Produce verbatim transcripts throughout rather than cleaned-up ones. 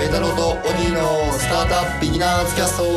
イ太郎とオギーのスタートアップビギナーズキャスト。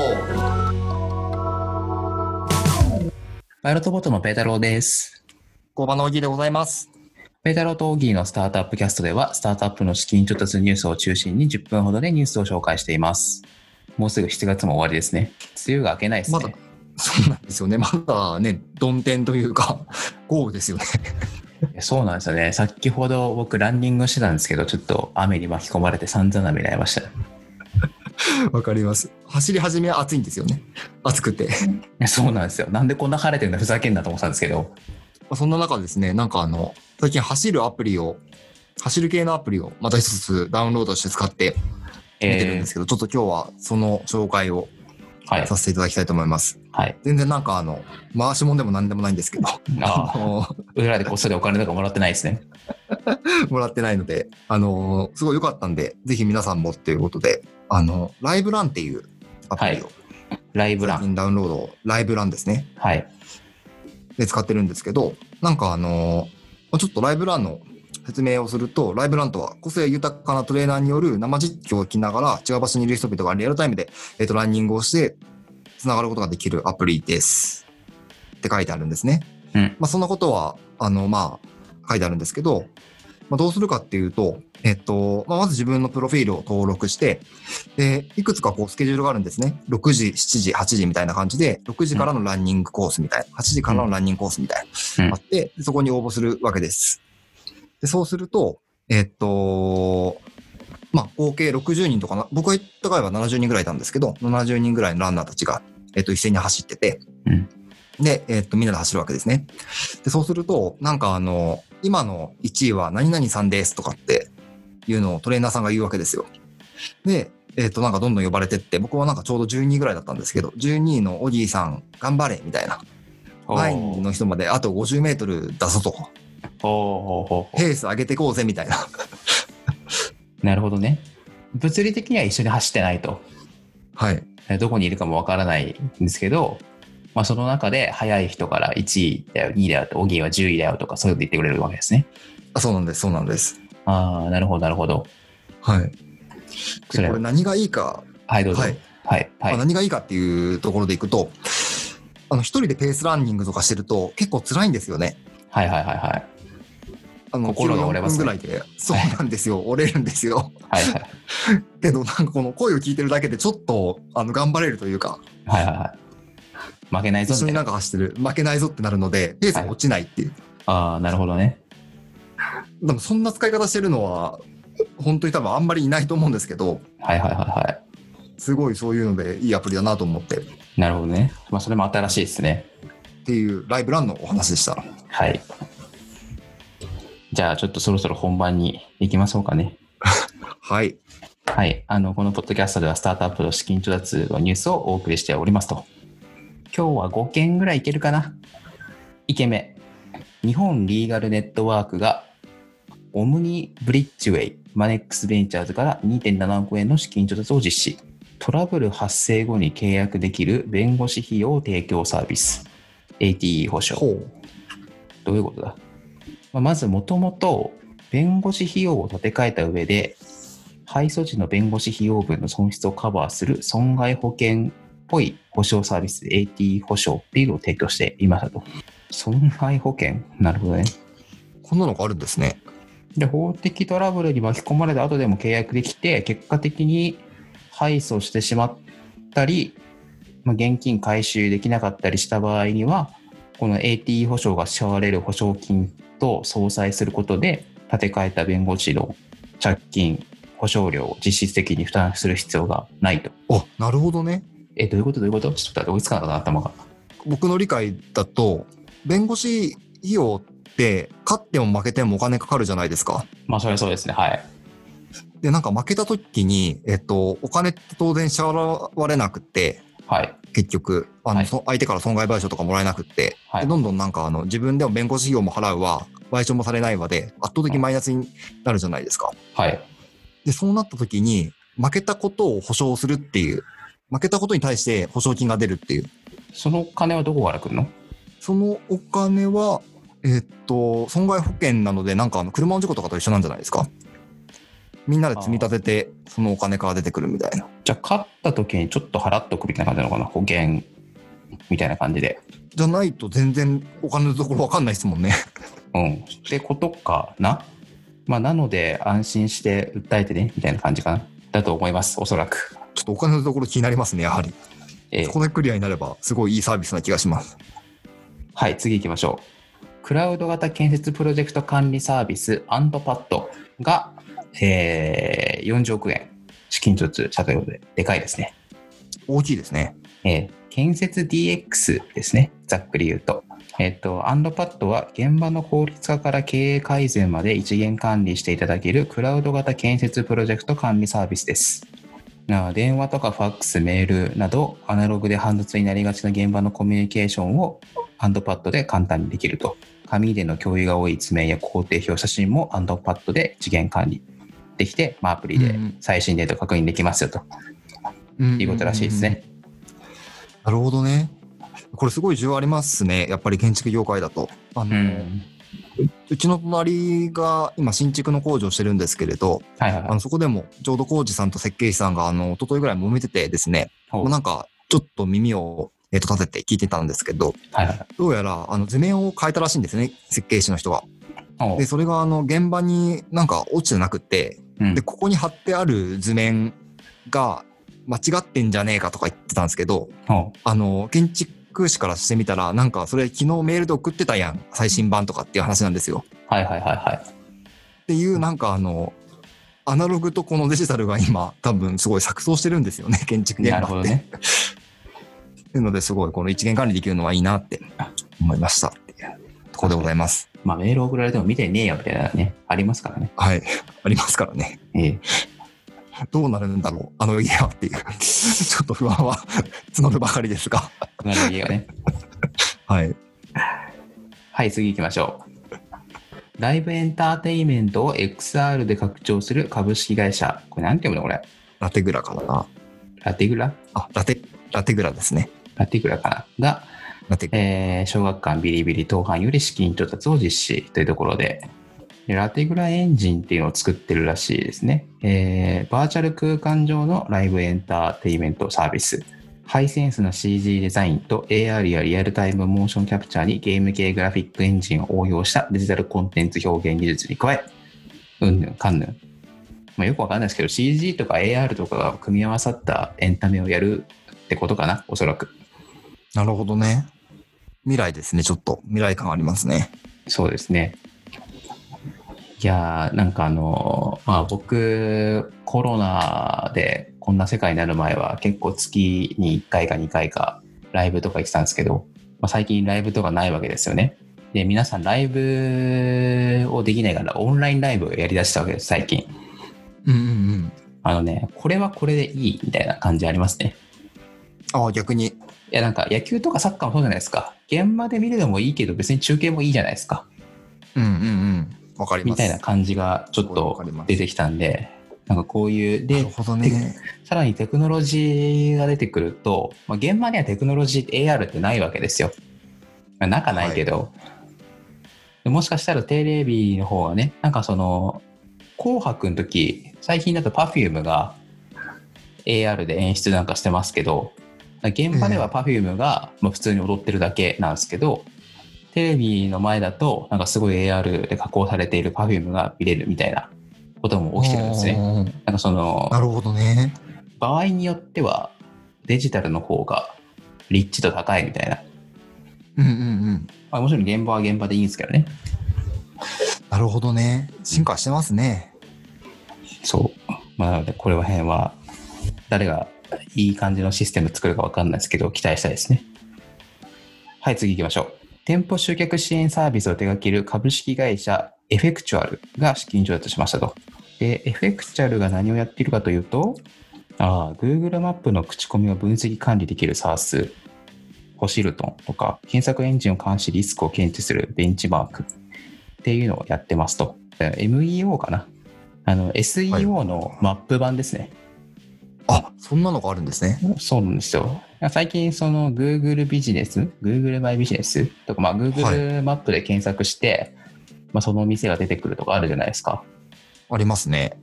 パイロットボットのペータローです。 工場のオギーでございます。 ペータローとオギーのスタートアップキャストでは、スタートアップの資金調達ニュースを中心にじゅっぷんほどでニュースを紹介しています。もうすぐしちがつも終わりですね。梅雨が明けないですね。 まだ、そうなんですよね。まだね、曇天というか、豪雨ですよね。 そうなんですよね。先ほど僕ランニングしてたんですけど、ちょっと雨に巻き込まれて散々な目に遭いました。 わかります。走り始めは暑いんですよね。暑くて。 そうなんですよ。なんでこんな晴れてるのふざけんなと思ってたんですけど。 そんな中ですね、なんかあの、最近走るアプリを、走る系のアプリをまた一つダウンロードして使って見てるんですけど、えー、ちょっと今日はその紹介をさせていただきたいと思います。 はい。 全然なんかあの、回し物でも何でもないんですけど。 ああ。裏でこっそりお金とかもらってないですね。 もらってないので、あのー、すごい良かったんで、ぜひ皆さんもっていうことで、あの、ライブランっていうアプリを、 はい、ライブラン。 最近ダウンロード、ライブランですね。 はい。 で使ってるんですけど、なんかあのー、ちょっとライブランの説明をすると、ライブランとは個性豊かなトレーナーによる生実況を聞きながら、違う場所にいる人々がリアルタイムで、えっと、ランニングをしてつながることができるアプリです。って書いてあるんですね。 うん。 まあ、そんなことは、あの、まあ、書いてあるんですけど、まあ、どうするかっていうと、えっと、まあ、まず自分のプロフィールを登録して、で、いくつかこうスケジュールがあるんですね。ろくじ、しちじ、はちじみたいな感じで、ろくじからのランニングコースみたいな、はちじからのランニングコースみたいな、うん、あって、そこに応募するわけです。で、そうすると、えっと、まあ、合計ろくじゅうにんとかな、僕が行った回はななじゅうにんぐらいいたんですけど、ななじゅうにんぐらいのランナーたちが、えっと、一斉に走ってて、 うんで、えっと、みんなで走るわけですね。で、そうすると、なんかあの、今のいちいは何々さんですとかっていうのをトレーナーさんが言うわけですよ。で、えっと、なんかどんどん呼ばれてって、僕はなんかちょうどじゅうにいぐらいだったんですけど、じゅうにいのオギーさん頑張れみたいな。前の人まであとごじゅうメートル出そうと。ペース上げていこうぜみたいな。 なるほどね。物理的には一緒に走ってないと。 はい。 どこにいるかもわからないんですけど、まあ、その中で早い人からいちいだよ、にいだよと、オギーはじゅういだよとか、そういうの言ってくれるわけですね。 あ、そうなんです、そうなんです。 ああ、なるほど、なるほど。 はい。それこれ何がいいか。 はい、どうぞ。 はい。 はい。はい、 まあ、何がいいかっていうところでいくと、あの、一人でペースランニングとかしてると結構辛いんですよね。 はいはいはいはい。 あの、心が折れますね。よんぷんぐらいで。そうなんですよ。折れるんですよ。 はいはい。 けど、なんかこの声を聞いてるだけでちょっと、あの、頑張れるというか。 はいはいはい。負けないぞみたいな。 一緒になんか走ってる。負けないぞってなるので、ペースが落ちないっていう。はい、 ああ、なるほどね。 でもそんな使い方してるのは、本当に多分あんまりいないと思うんですけど。 はいはいはいはい。 すごいそういうのでいいアプリだなと思って。 なるほどね。まあそれも新しいですね。 っていうライブランのお話でした。 はい。じゃあちょっとそろそろ本番に行きましょうかね。 はい。 はい。あの、このポッドキャストではスタートアップの資金調達のニュースをお送りしておりますと。今日はごけんぐらいいけるかな。いけめ。日本リーガルネットワークがオムニブリッジウェイマネックスベンチャーズから にてんななおくえんの資金調達を実施。トラブル発生後に契約できる弁護士費用提供サービス エーティーイー 保証。どういうことだ。まずもともと弁護士費用を立て替えた上で敗訴時の弁護士費用分の損失をカバーする損害保険っぽい保証サービス エーティーイー 保証っていうのを提供していましたと。損害保険、なるほどね。 こんなのがあるんですね。 で、法的トラブルに巻き込まれた後でも契約できて、結果的に敗訴してしまったり、まあ、現金回収できなかったりした場合には、この エーティーイー 保証が支払われる保証金と相殺することで、立て替えた弁護士の借金、保証料を実質的に負担する必要がないと。 あ、なるほどね。 え、どういうことどういうことちょっと追いつかなかった頭が。 僕の理解だと、弁護士費用って勝っても負けてもお金かかるじゃないですか。 まあそれはそうですね。はい。 で、なんか負けた時に、えっと、お金って当然支払われなくて、 はい。 結局、あの、はい、相手から損害賠償とかもらえなくって、はい、でどんどんなんかあの、自分でも弁護士費用も払うわ、賠償もされないわで、圧倒的マイナスになるじゃないですか。 はい。 で、そうなった時に、負けたことを保証するっていう、負けたことに対して保証金が出るっていう。 そのお金はどこから来るの？ そのお金は、えーっと、損害保険なので、なんかあの、車の事故とかと一緒なんじゃないですか？ みんなで積み立てて、そのお金から出てくるみたいな。 じゃあ、勝った時にちょっと払っとくみたいな感じなのかな、保険みたいな感じで。 じゃないと全然お金のところわかんないですもんね。 うん。ってことかな。まあ、なので、安心して訴えてね、みたいな感じかな。だと思います、おそらく。 ちょっとお金のところ気になりますね、やはり。 えーそこでクリアになれば、すごいいいサービスな気がします。 はい、次行きましょう。クラウド型建設プロジェクト管理サービスアンドパッドが、えー、よんじゅうおくえん資金調達したということで、でかいですね。 大きいですね。 えー、建設 ディーエックス ですね、ざっくり言うと。えっと、アンドパッドは現場の効率化から経営改善まで一元管理していただけるクラウド型建設プロジェクト管理サービスです。電話とかファックス、メールなどアナログで煩雑になりがちな現場のコミュニケーションをアンドパッドで簡単にできると。紙での共有が多い図面や工程表、写真もアンドパッドで一元管理できて、まあ、アプリで最新データ確認できますよと、うん、いうことらしいですね。 なるほどね。これすごい需要ありますね。やっぱり建築業界だと。あの、うん、うちの隣が今新築の工事をしてるんですけれど、はいはいはい、あのそこでもちょうど工事さんと設計士さんがあの一昨日ぐらい揉めててですね、もうなんかちょっと耳をえー、と立てて聞いてたんですけど、はいはい、どうやらあの図面を変えたらしいんですね、設計士の人が。でそれがあの現場になんか落ちてなくて、うん、でここに貼ってある図面が間違ってんじゃねえかとか言ってたんですけど、あの建築士からしてみたらなんかそれ昨日メールで送ってたやん最新版とかっていう話なんですよ。 はいはいはいはい。 っていうなんかあのアナログとこのデジタルが今多分すごい錯綜してるんですよね、建築現場って。なるほどね。というのですごいこの一元管理できるのはいいなって思いましたっていうところでございます。 まあメール送られても見てねえよみたいなね、ありますからね。 はい、ありますからね。ええ、どうなるんだろうあの家はっていうちょっと不安は募るばかりですが。 あの家がね。 はい。 はい、次行きましょう。ライブエンターテインメントを エックスアール で拡張する株式会社。これなんて読むのこれ。 ラテグラかな。 ラテグラ？ あ、ラテ、ラテグラですね。 ラテグラかなが、えー、小学館ビリビリ当館より資金調達を実施というところで、でラテグラエンジンっていうのを作ってるらしいですね。えー、バーチャル空間上のライブエンターテインメントサービス。ハイセンスな シージー デザインと エーアール やリアルタイムモーションキャプチャーにゲーム系グラフィックエンジンを応用したデジタルコンテンツ表現技術に加え、うんぬんかんぬん。まあ、よくわかんないですけど シージー とか エーアール とかが組み合わさったエンタメをやるってことかな、おそらく。 なるほどね。未来ですね。ちょっと未来感ありますね。 そうですね。いやーなんかあのまあ僕コロナでこんな世界になる前は結構月にいっかいかにかいかライブとか行ってたんですけど、まあ、最近ライブとかないわけですよね。で皆さんライブをできないからオンラインライブをやりだしたわけです最近。 うんうんうん。 あのねこれはこれでいいみたいな感じありますね。 ああ逆に。 いやなんか野球とかサッカーもそうじゃないですか。現場で見るのもいいけど別に中継もいいじゃないですか。 うんうんうん。わかります。 みたいな感じがちょっと出てきたんで、なんかこういうで、 なるほどね。 さらにテクノロジーが出てくると、まあ、現場にはテクノロジー エーアール ってないわけですよ。まあ、中ないけど、はい、もしかしたらテレビの方がね、なんかその紅白の時、最近だと Perfume が エーアール で演出なんかしてますけど、現場では Perfume がまあ普通に踊ってるだけなんですけど、テレビの前だとなんかすごい エーアール で加工されている Perfume が見れるみたいなことも起きてるんですね。なんかそのなるほどね。 場合によってはデジタルの方が立地度高いみたいな。 うんうんうん。 まあ、もちろん現場は現場でいいんですけどね。 なるほどね。進化してますね。 そう。まあ、なのでこれは辺は誰がいい感じのシステム作るか分かんないですけど期待したいですね。はい、次行きましょう。店舗集客支援サービスを手掛ける株式会社エフェクチュアルが資金調達しましたと。で、エフェクチュアルが何をやっているかというと、あ Google マップの口コミを分析管理できる SaaS、ホシルトンとか、検索エンジンを監視リスクを検知するベンチマークっていうのをやってますと。エムイーオー かなあの エスイーオー のマップ版ですね。 はい、あ、そんなのがあるんですね。 そうなんですよ。最近その Google ビジネス、Google マイビジネスとか、まあ Google マップで検索して、はい、まあ、その店が出てくるとかあるじゃないですか。 ありますね。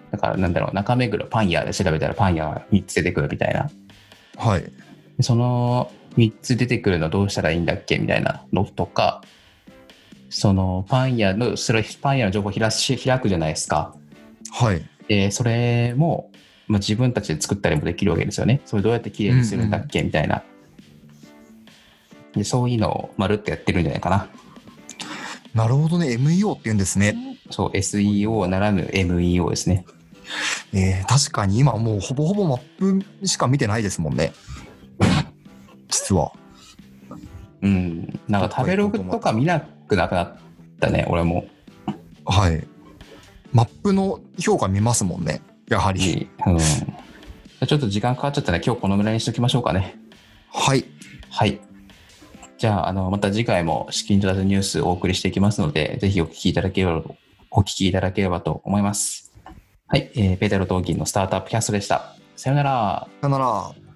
だからなんだろう、中目黒パン屋で調べたらパン屋がみっつ出てくるみたいな。 はい。 でそのみっつ出てくるのどうしたらいいんだっけみたいなのとか、そのパン屋の、それパン屋の情報を開くじゃないですか。 はい。 で、それも、まあ、自分たちで作ったりもできるわけですよね。それどうやってきれいにするんだっけ、うんうん、みたいな。で、そういうのをまるっとやってるんじゃないかな。 なるほどね。エムイーオー って言うんですね。 そう、エスイーオー ならぬ エムイーオー ですね。 えー、確かに今もうほぼほぼマップしか見てないですもんね。実は。 うん。なんか食べログとか見なくなくなったね、俺も。 はい。マップの評価見ますもんね。やはり。 うん。ちょっと時間かかっちゃったね。今日このぐらいにしときましょうかね。 はい。 はい。じゃあ、あの、また次回も資金調達ニュースをお送りしていきますので、ぜひお聞きいただければ、お聞きいただければと思います。はい。えー、ペータロー・トーキンのスタートアップキャストでした。さよなら。 さよなら。